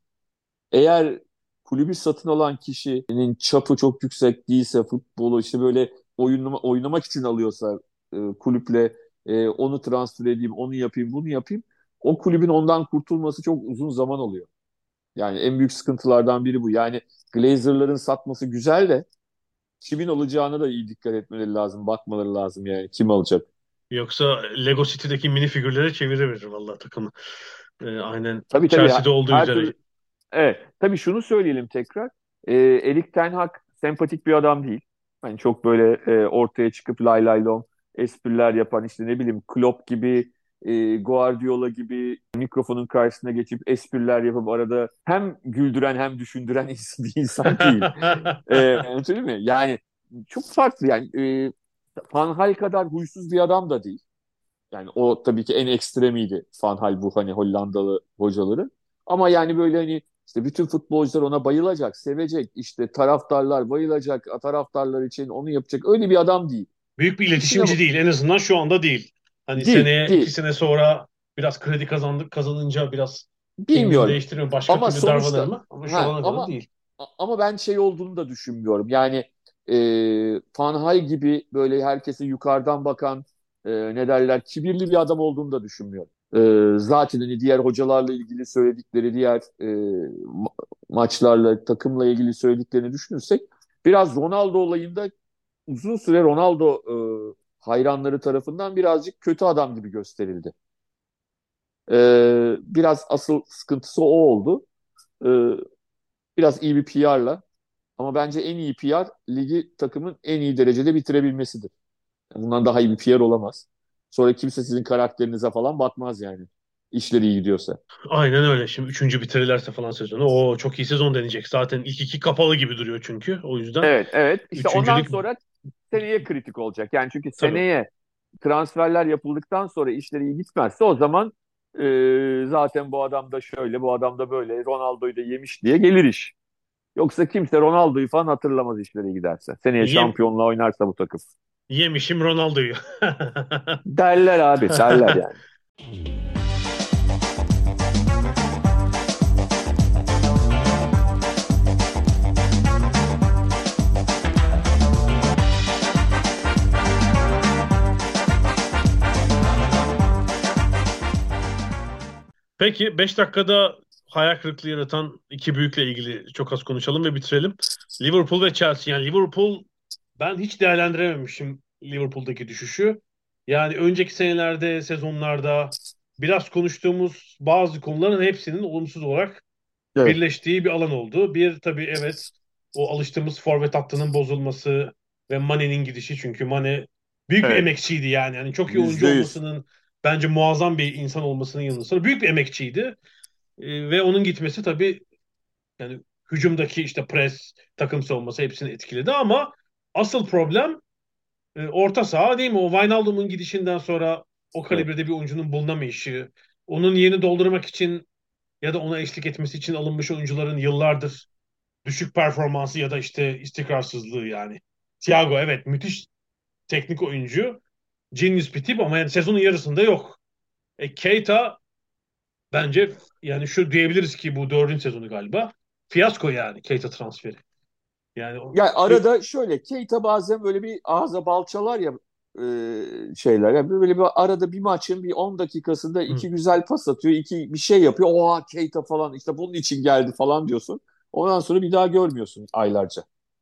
Eğer kulübü satın alan kişinin çapı çok yüksek değilse futbolu işte böyle oynamak için alıyorsa kulüple onu transfer edeyim, onu yapayım, bunu yapayım. O kulübün ondan kurtulması çok uzun zaman alıyor. Yani en büyük sıkıntılardan biri bu. Yani Glazer'ların satması güzel de kimin alacağına da iyi dikkat etmeleri lazım, bakmaları lazım yani kim alacak. Yoksa Lego City'deki mini figürlere çevirebilir vallahi takımı. Aynen Tabii tabii Chelsea'de olduğu her üzere. türlü. Evet. Tabii şunu söyleyelim tekrar. Erik Ten Hag sempatik bir adam değil. Hani çok böyle ortaya çıkıp lay lay lom espriler yapan işte ne bileyim Klopp gibi Guardiola gibi mikrofonun karşısına geçip espriler yapıp arada hem güldüren hem düşündüren bir insan değil. Anlatabiliyor muyum? Yani çok farklı yani Van Hal kadar huysuz bir adam da değil. Yani o tabii ki en ekstremiydi Van Hal bu hani Hollandalı hocaları. Ama yani böyle hani işte bütün futbolcular ona bayılacak, sevecek. İşte taraftarlar bayılacak, taraftarlar için onu yapacak. Öyle bir adam değil. Büyük bir İşine iletişimci değil. En azından şu anda değil. Hani değil, seneye, iki değil. sene sonra biraz kredi kazanınca biraz kendini Bilmiyorum. değiştirmiyor. Başka Ama türlü davranır sonuçta mı? Ama şu ana kadar değil. ama ben şey olduğunu da düşünmüyorum. Yani e, Van Hal gibi böyle herkese yukarıdan bakan ne derler kibirli bir adam olduğunu da düşünmüyorum. Zaten hani diğer hocalarla ilgili söyledikleri diğer maçlarla takımla ilgili söylediklerini düşünürsek biraz Ronaldo olayında uzun süre Ronaldo hayranları tarafından birazcık kötü adam gibi gösterildi. Biraz asıl sıkıntısı o oldu. E, Biraz iyi bir PR'la ama bence en iyi PR ligi takımın en iyi derecede bitirebilmesidir. Bundan daha iyi bir PR olamaz. Sonra kimse sizin karakterinize falan bakmaz yani. İşleri iyi gidiyorsa. Aynen öyle. Şimdi üçüncü bitirirlerse falan sezonu. O çok iyi sezon deneyecek. Zaten ilk iki kapalı gibi duruyor çünkü. O yüzden Evet, evet. İşte ondan üçüncülük sonra seneye kritik olacak. Yani çünkü tabii. seneye transferler yapıldıktan sonra işleri iyi gitmezse o zaman zaten bu adam da şöyle, bu adam da böyle, Ronaldo'yu da yemiş diye gelir iş. Yoksa kimse Ronaldo'yu falan hatırlamaz işleri iyi giderse. Seneye Yem, şampiyonla oynarsa bu takım. yemişim Ronaldo'yu. Derler abi, derler yani. Peki 5 dakikada hayal kırıklığı yaratan iki büyükle ilgili çok az konuşalım ve bitirelim. Liverpool ve Chelsea. Yani Liverpool ben hiç değerlendirememişim Liverpool'daki düşüşü. Yani önceki senelerde, sezonlarda biraz konuştuğumuz bazı konuların hepsinin olumsuz olarak Evet, birleştiği bir alan oldu. Bir tabii evet o alıştığımız forvet hattının bozulması ve Mane'nin gidişi çünkü Mane büyük bir evet. emekçiydi yani. Yani çok iyi oyuncu %100. olmasının bence muazzam bir insan olmasının yanı sıra büyük bir emekçiydi. Ve onun gitmesi tabii yani hücumdaki işte pres, takım savunması hepsini etkiledi ama asıl problem orta saha değil mi? O Wijnaldum'un gidişinden sonra o Evet. kalibrede bir oyuncunun bulunamayışı, onun yerini doldurmak için ya da ona eşlik etmesi için alınmış oyuncuların yıllardır düşük performansı ya da işte istikrarsızlığı yani. Thiago evet müthiş teknik oyuncu. Genius bir tip ama yani sezonun yarısında yok. Keita bence yani şu diyebiliriz ki bu dördüncü sezonu galiba. Fiyasko yani Keita transferi. Yani Ya arada şöyle Keita bazen böyle bir ağza balçalar ya şeyler. Yani böyle bir arada bir maçın bir 10 dakikasında hı, iki güzel pas atıyor, iki bir şey yapıyor. Oha Keita falan işte bunun için geldi falan diyorsun. Ondan sonra bir daha görmüyorsun aylarca.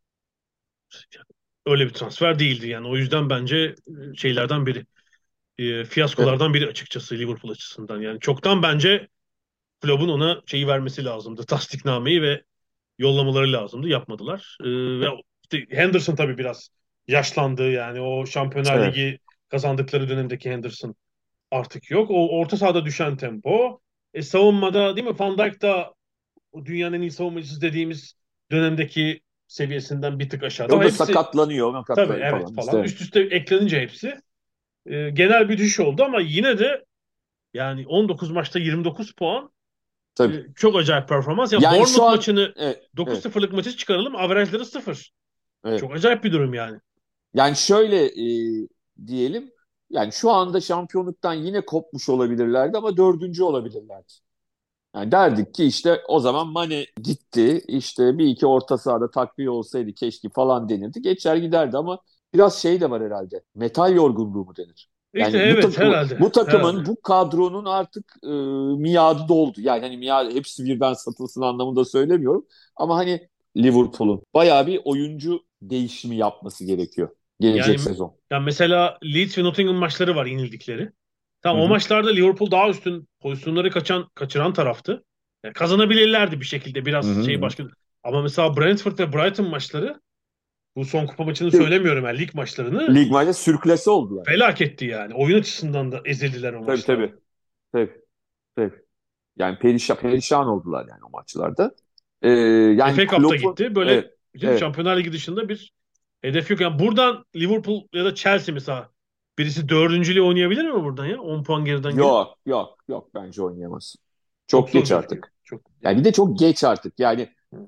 öyle bir transfer değildi yani. O yüzden bence şeylerden biri. Evet, Fiyaskolardan biri açıkçası Liverpool açısından. Yani çoktan bence Klopp'un ona şeyi vermesi lazımdı. Tasdiknameyi ve yollamaları lazımdı. Yapmadılar. Ve işte Henderson tabii biraz yaşlandı. Yani o Şampiyonlar evet, Ligi kazandıkları dönemdeki Henderson artık yok. O orta sahada düşen tempo. Savunmada değil mi? Van Dijk da o dünyanın en iyi savunmacısı dediğimiz dönemdeki seviyesinden bir tık aşağıda. O Ama da hepsi sakatlanıyor, tabii sakatlanıyor evet falan falan. işte. Üst üste eklenince hepsi. Genel bir düşüş oldu ama yine de yani 19 maçta 29 puan Tabii. çok acayip performans. Ya Yani şu Bournemouth an maçını evet, evet, 9-0'lık maçı çıkaralım. Averajları 0. evet. Çok acayip bir durum yani. Yani şöyle diyelim. Yani şu anda şampiyonluktan yine kopmuş olabilirlerdi ama dördüncü olabilirlerdi. Yani derdik ki işte o zaman Mane gitti. İşte bir iki orta sahada takviye olsaydı keşke falan denirdi. Geçer giderdi ama biraz şey de var herhalde. Metal yorgunluğu mu denir? İşte Yani bu evet takımı, herhalde. bu takımın, Herhalde. bu kadronun artık miadı doldu. Yani hani miadı hepsi birden satılsın anlamında söylemiyorum. Ama hani Liverpool'un bayağı bir oyuncu değişimi yapması gerekiyor. gelecek Yani sezon. mesela Leeds ve Nottingham maçları var yenildikleri. Hı Tamam, o hı. maçlarda Liverpool daha üstün pozisyonları kaçıran taraftı. Yani kazanabilirlerdi bir şekilde, Hı biraz hı şey hı. başka. Ama mesela Brentford ve Brighton maçları, bu son kupa maçını söylemiyorum, yani lig maçlarını, Lig maçta sürklase oldular. felaketti yani. Oyun açısından da ezildiler o Tabii maçlarda. tabii. Tabii, tabii. Yani perişan oldular yani o maçlarda. Yani FA Cup'ta Klopp'un gitti. Böyle evet, değil mi? evet. Şampiyonlar Ligi dışında bir hedef yok. Yani buradan Liverpool ya da Chelsea mesela, birisi dördüncülüğü oynayabilir mi buradan ya? 10 puan geriden gelip. Yok yok yok, bence oynayamaz. Çok Çok zor geç gözüküyor. artık. Çok Yani bir yani. de çok geç artık. Yani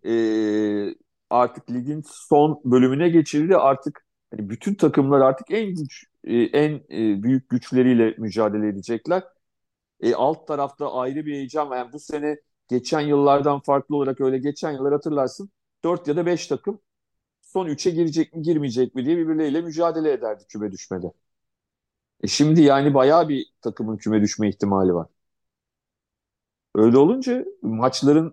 artık ligin son bölümüne geçildi. Artık hani bütün takımlar artık büyük güçleriyle mücadele edecekler. Alt tarafta ayrı bir heyecan var. Yani bu sene geçen yıllardan farklı olarak, öyle geçen yıllar hatırlarsın, 4 ya da 5 takım son üçe girecek mi girmeyecek mi diye birbirleriyle mücadele ederdi küme düşmede. Şimdi yani bayağı bir takımın küme düşme ihtimali var. Öyle olunca maçların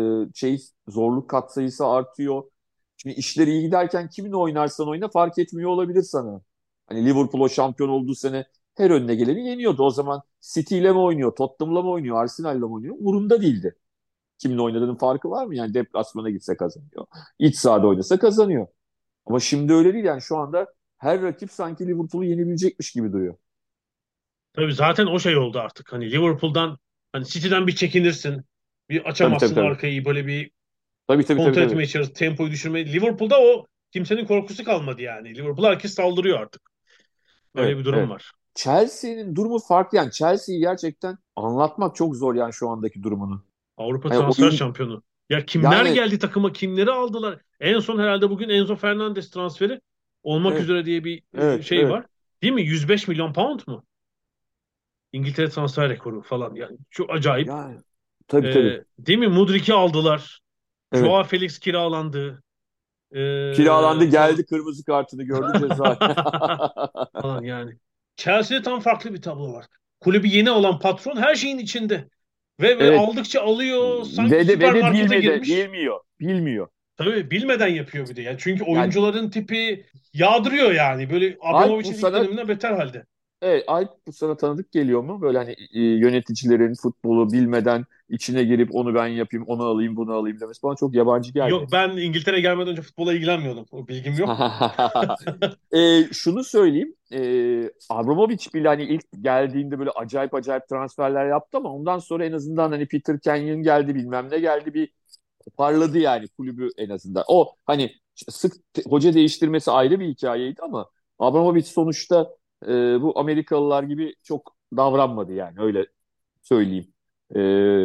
zorluk katsayısı artıyor. Şimdi işler iyi giderken kimin oynarsan oyna fark etmiyor olabilir sana. Hani Liverpool o şampiyon olduğu sene her önüne geleni yeniyordu. O zaman City ile mi oynuyor, Tottenham'la mı oynuyor, Arsenal'la mı oynuyor? Umurunda değildi. Kimin oynadığının farkı var mı? Yani deplasmana gitse kazanıyor. İç sahada oynasa kazanıyor. Ama şimdi öyle değil, yani şu anda her rakip sanki Liverpool'u yenebilecekmiş gibi duruyor. Tabii zaten o şey oldu artık. Hani Liverpool'dan, hani City'den bir çekinirsin. Bir Tabii tabii açamazsın tabii. arkayı, böyle bir Tabii tabii tabii kontrol tabii. etmeye çalışırsın. Tempoyu düşürmeye. Liverpool'da o kimsenin korkusu kalmadı yani. Liverpool herkes saldırıyor artık. Öyle Evet, bir durum evet. var. Chelsea'nin durumu farklı, yani Chelsea'yi gerçekten anlatmak çok zor yani şu andaki durumunu. Avrupa Hani transfer oyun şampiyonu. Ya kimler yani geldi takıma, kimleri aldılar? En son herhalde bugün Enzo Fernandez transferi olmak evet, üzere diye bir evet, şey evet. var. Değil mi? 105 milyon pound mu? İngiltere transfer rekoru falan. Yani çok acayip. Yani tabii tabii. Değil mi? Mudrik'i aldılar. Evet. Joao Felix kiralandı. Kiralandı, Falan. geldi, kırmızı kartını gördü, ceza. Falan yani. Chelsea'de tam farklı bir tablo var. Kulübü yeni alan patron her şeyin içinde. Ve Evet. aldıkçe alıyor. Sanki Ve süpermarkete bilmedi, girmiş. bilmiyor. Bilmiyor. Tabii bilmeden yapıyor bir de. Yani çünkü Yani oyuncuların tipi yağdırıyor yani. Böyle Alp bu Abramovich'in ilk sana döneminden beter halde. Evet, Alp bu sana tanıdık geliyor mu? Böyle hani yöneticilerin futbolu bilmeden içine girip onu ben yapayım, onu alayım, bunu alayım demesi bana çok yabancı geldi. Yok, ben İngiltere gelmeden önce futbola ilgilenmiyordum. O bilgim yok. Şunu söyleyeyim. Abramovich bile hani ilk geldiğinde böyle acayip acayip transferler yaptı ama ondan sonra en azından hani Peter Kenyon geldi, bilmem ne geldi, bir parladı yani kulübü en azından. O hani sık hoca değiştirmesi ayrı bir hikayeydi ama Abramovich sonuçta bu Amerikalılar gibi çok davranmadı, yani öyle söyleyeyim. E,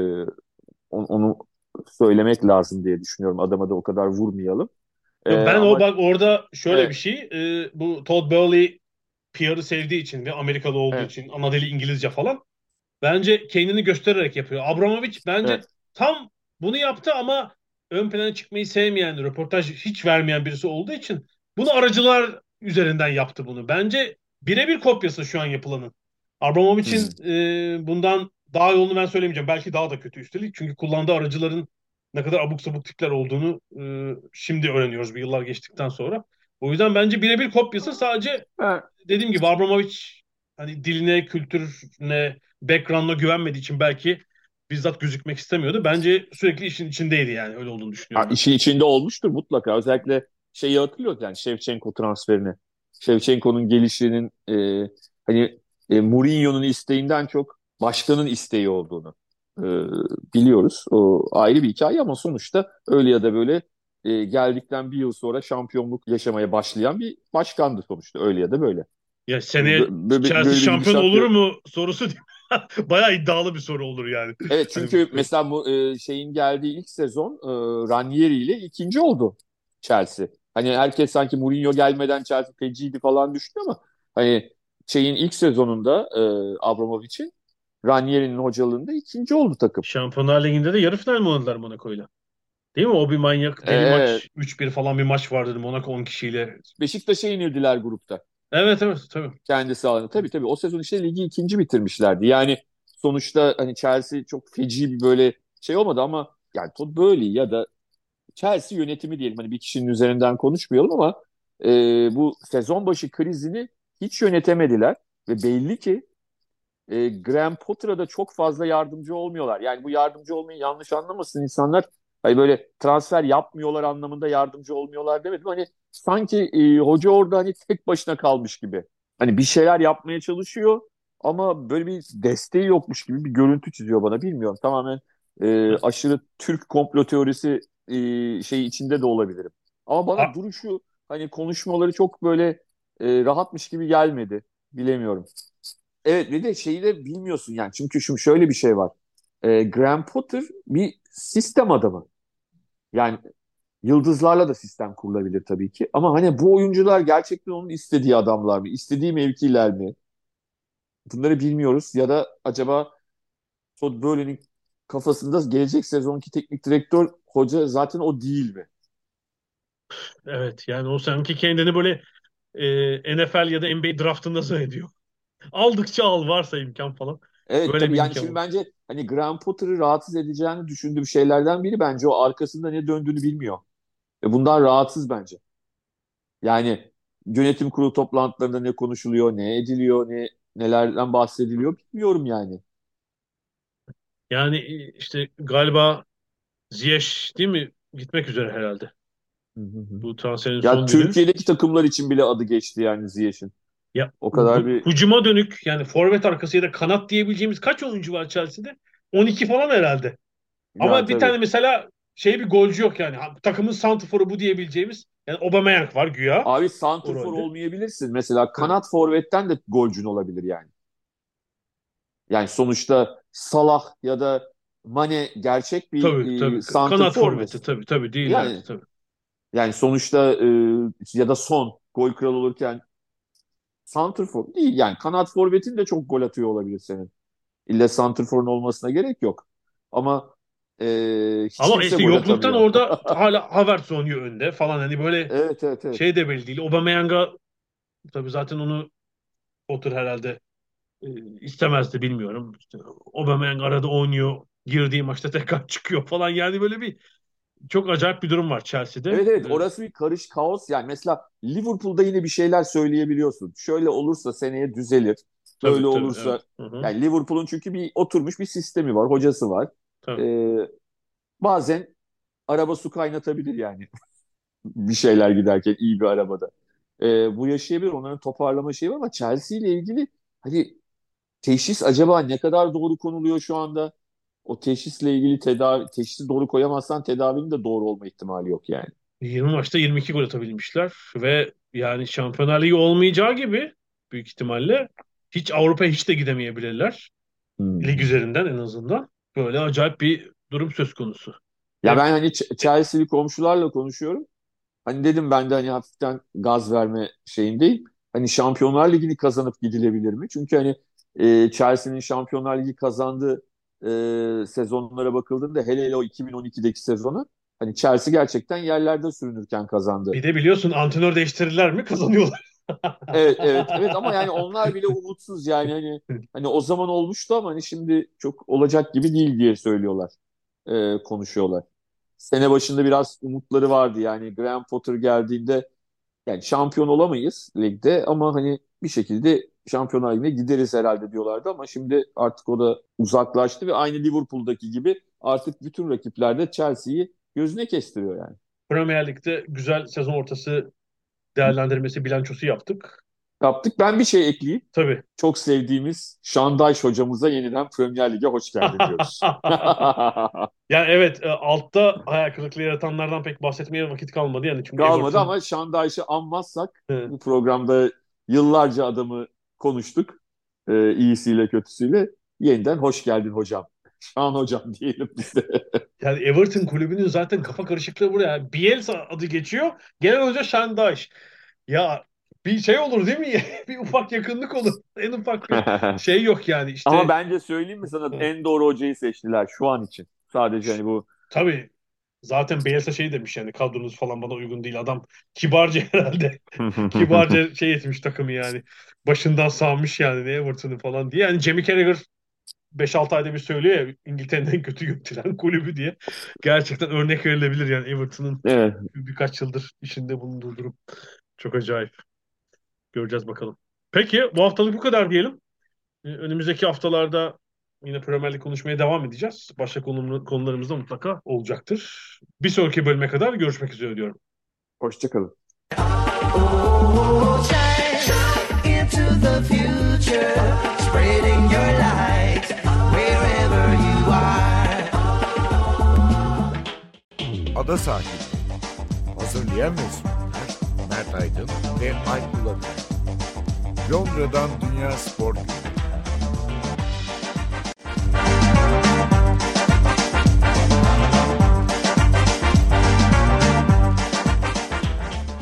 onu söylemek lazım diye düşünüyorum. Adama da o kadar vurmayalım. Yo, ben o Ama bak orada şöyle bir evet, şey. Bu Todd Bowley PR'ı sevdiği için ve Amerikalı olduğu evet, için, ana dili İngilizce falan, bence kendini göstererek yapıyor. Abramovich bence evet. tam bunu yaptı ama ön plana çıkmayı sevmeyen, röportaj hiç vermeyen birisi olduğu için bunu aracılar üzerinden yaptı bunu. Bence birebir kopyası şu an yapılanın. Hmm. Abramovich'in bundan daha yolunu ben söylemeyeceğim. Belki daha da kötü üstelik. Çünkü kullandığı aracıların ne kadar abuk sabuk tipler olduğunu şimdi öğreniyoruz, bir yıllar geçtikten sonra. O yüzden bence birebir kopyası, sadece Evet. dediğim gibi Abramovich hani diline, kültürüne, background'ına güvenmediği için belki bizzat gözükmek istemiyordu. Bence sürekli işin içindeydi, yani öyle olduğunu Ha, düşünüyorum ben. işin içinde olmuştur mutlaka. Özellikle şeyi hatırlıyoruz yani, Shevchenko transferini. Shevchenko'nun gelişinin hani Mourinho'nun isteğinden çok başkanın isteği olduğunu e, biliyoruz. O ayrı bir hikaye ama sonuçta öyle ya da böyle geldikten bir yıl sonra şampiyonluk yaşamaya başlayan bir başkandı sonuçta, öyle ya da böyle. Ya seneye Chelsea Böyle bir şampiyon gidişat olur yok. mu sorusu bayağı iddialı bir soru olur yani. Evet, Hani çünkü mesela bu şeyin geldiği ilk sezon Ranieri ile ikinci oldu Chelsea. Hani herkes sanki Mourinho gelmeden Chelsea feciydi falan düşündü ama hani şeyin ilk sezonunda Abramovich'in, Ranieri'nin hocalığında ikinci oldu takım. Şampiyonlar Ligi'nde de yarı final mi oynadılar Monaco'yla? Değil mi? O bir manyak deli Evet, maç. 3-1 falan bir maç vardı Monaco 10 kişiyle. Beşiktaş'a yenildiler grupta. Evet, evet, tabii. Kendi sahalarında. Tabii tabii, o sezon işte ligi ikinci bitirmişlerdi. Yani sonuçta hani Chelsea çok feci bir böyle şey olmadı ama yani Todd Boehly ya da Chelsea yönetimi diyelim, hani bir kişinin üzerinden konuşmayalım ama bu sezon başı krizini hiç yönetemediler ve belli ki Graham Potter'a da çok fazla yardımcı olmuyorlar. Yani bu yardımcı olmayı yanlış anlamasın insanlar. Hani böyle transfer yapmıyorlar anlamında yardımcı olmuyorlar demedim. Hani sanki hoca orada hani tek başına kalmış gibi. Hani bir şeyler yapmaya çalışıyor ama böyle bir desteği yokmuş gibi bir görüntü çiziyor bana. Bilmiyorum. Tamamen aşırı Türk komplo teorisi şey içinde de olabilirim. Ama bana A- duruşu hani konuşmaları çok böyle rahatmış gibi gelmedi. Bilemiyorum. Evet bir de şeyi de bilmiyorsun yani. Çünkü şimdi şöyle bir şey var. Graham Potter bir sistem adamı. Yani yıldızlarla da sistem kurulabilir tabii ki. Ama hani bu oyuncular gerçekten onun istediği adamlar mı? İstediği mevkiler mi? Bunları bilmiyoruz. Ya da acaba Todd Bowley'nin kafasında gelecek sezonki teknik direktör hoca zaten o değil mi? evet yani o sanki kendini böyle NFL ya da NBA draftında zannediyor. Aldıkça al varsa imkan falan. Evet Böyle tabii bir yani imkan şimdi var. bence hani Graham Potter'ı rahatsız edeceğini düşündüğüm şeylerden biri bence o arkasında ne döndüğünü bilmiyor. Ve bundan rahatsız bence. Yani yönetim kurulu toplantılarında ne konuşuluyor, ne ediliyor, nelerden bahsediliyor bilmiyorum yani. Yani işte galiba Ziyech değil mi? Gitmek üzere herhalde. Hı hı hı. Bu transferin Ya son günü. Türkiye'deki takımlar için bile adı geçti yani Ziyech'in. Ya O kadar bir hücuma dönük yani forvet arkası ya da kanat diyebileceğimiz kaç oyuncu var Chelsea'de? 12 falan herhalde. ya Ama bir tabii. tane mesela şey bir golcü yok yani. Takımın santrforu bu diyebileceğimiz. Yani Aubameyang var güya Abi o santrfor rolde. olmayabilirsin. Mesela Ha, kanat forvetten de golcün olabilir yani. Yani sonuçta Salah ya da Mane gerçek bir tabii tabii. Kanat santrfor mu? forveti tabii değillerdi Yani tabii. yani sonuçta ya da son gol kralı olurken santrfor değil yani kanat forvetin de çok gol atıyor olabilir senin. İlle santrforun olmasına gerek yok. Ama hiç Ama kimse işte gol yokluktan atamıyor. orada hala Havertz oynuyor önde falan hani böyle Evet evet evet. şey de belli değil. Aubameyang'a tabii zaten onu Potter herhalde istemezdi bilmiyorum. İşte Aubameyang arada oynuyor. Girdiği maçta tekrar çıkıyor falan. Yani böyle bir çok acayip bir durum var Chelsea'de. Evet evet orası bir karış kaos yani mesela Liverpool'da yine bir şeyler söyleyebiliyorsun. Şöyle olursa seneye düzelir. Böyle Tabii evet. olursa Hı hı, yani Liverpool'un çünkü bir oturmuş bir sistemi var, hocası var. tabii. Ee, bazen araba su kaynatabilir yani bir şeyler giderken iyi bir arabada. Bu yaşayabilir onların toparlama şeyi var ama Chelsea ile ilgili hani teşhis acaba ne kadar doğru konuluyor şu anda? O teşhisle ilgili teşhisi doğru koyamazsan tedavinin de doğru olma ihtimali yok yani. 20 maçta 22 gol atabilmişler ve yani Şampiyonlar Ligi olmayacağı gibi büyük ihtimalle hiç Avrupa'ya hiç de gidemeyebilirler. Lig Hmm. üzerinden en azından. Böyle acayip bir durum söz konusu. Ya Ve ben hani Chelsea'li komşularla konuşuyorum. Hani dedim ben de hani hafiften gaz verme şeyindeyim. Hani Şampiyonlar Ligi'ni kazanıp gidilebilir mi? Çünkü hani Chelsea'nin Şampiyonlar Ligi kazandığı sezonlara bakıldığında hele hele o 2012'deki sezonu hani Chelsea gerçekten yerlerde sürünürken kazandı. bir de biliyorsun antrenör değiştirirler mi kazanıyorlar. Evet evet evet ama yani onlar bile umutsuz yani hani o zaman olmuştu ama hani şimdi çok olacak gibi değil diye söylüyorlar, konuşuyorlar. Sene başında biraz umutları vardı yani Graham Potter geldiğinde yani şampiyon olamayız ligde ama hani bir şekilde Şampiyonlar Ligi'ne gideriz herhalde diyorlardı ama şimdi artık o da uzaklaştı ve aynı Liverpool'daki gibi artık bütün rakiplerde Chelsea'yi gözüne kestiriyor yani. Premier Lig'de güzel sezon ortası değerlendirmesi bilançosu yaptık. Yaptık. Ben bir şey ekleyeyim. Tabii. Çok sevdiğimiz Şandaş hocamıza yeniden Premier Lig'e hoş geldin diyoruz. Yani evet altta hayal kırıklığı yaratanlardan pek bahsetmeye vakit kalmadı yani çünkü Kalmadı Everton ama Şandaş'ı anmazsak e, bu programda yıllarca adamı konuştuk. İyisiyle kötüsüyle. Yeniden hoş geldin hocam. Şan hocam diyelim biz de. yani Everton kulübünün zaten kafa karışıklığı burada. Yani Bielsa adı geçiyor. Genel Hoca Şendaş. Ya bir şey olur değil mi? Bir ufak yakınlık olur. En ufak bir şey yok yani Ama işte. bence söyleyeyim mi sana Hı. en doğru hocayı seçtiler şu an için. Sadece hani bu Tabii zaten Bielsa şey demiş yani kadronuz falan bana uygun değil. Adam kibarca herhalde. Kibarca şey etmiş takımı yani. Başından sağmış yani ne Everton'ı falan diye. Yani Jamie Carragher 5-6 ayda bir söylüyor ya İngiltere'nin en kötü götüren kulübü diye. Gerçekten örnek verilebilir yani Everton'ın evet. birkaç yıldır içinde bulunduğu durum. Çok acayip. Göreceğiz bakalım. Peki bu haftalık bu kadar diyelim. Önümüzdeki haftalarda yine Premier Lig konuşmaya devam edeceğiz. Başka konularımız da mutlaka olacaktır. Bir sonraki bölüme kadar görüşmek üzere diyorum. Hoşçakalın. Into the future, spreading your light wherever you are. Ada Sahili. Hazırlayan ve sunanlar Mert Aydın ve Alp Ulagay. Londra'dan Dünya Spor Günü.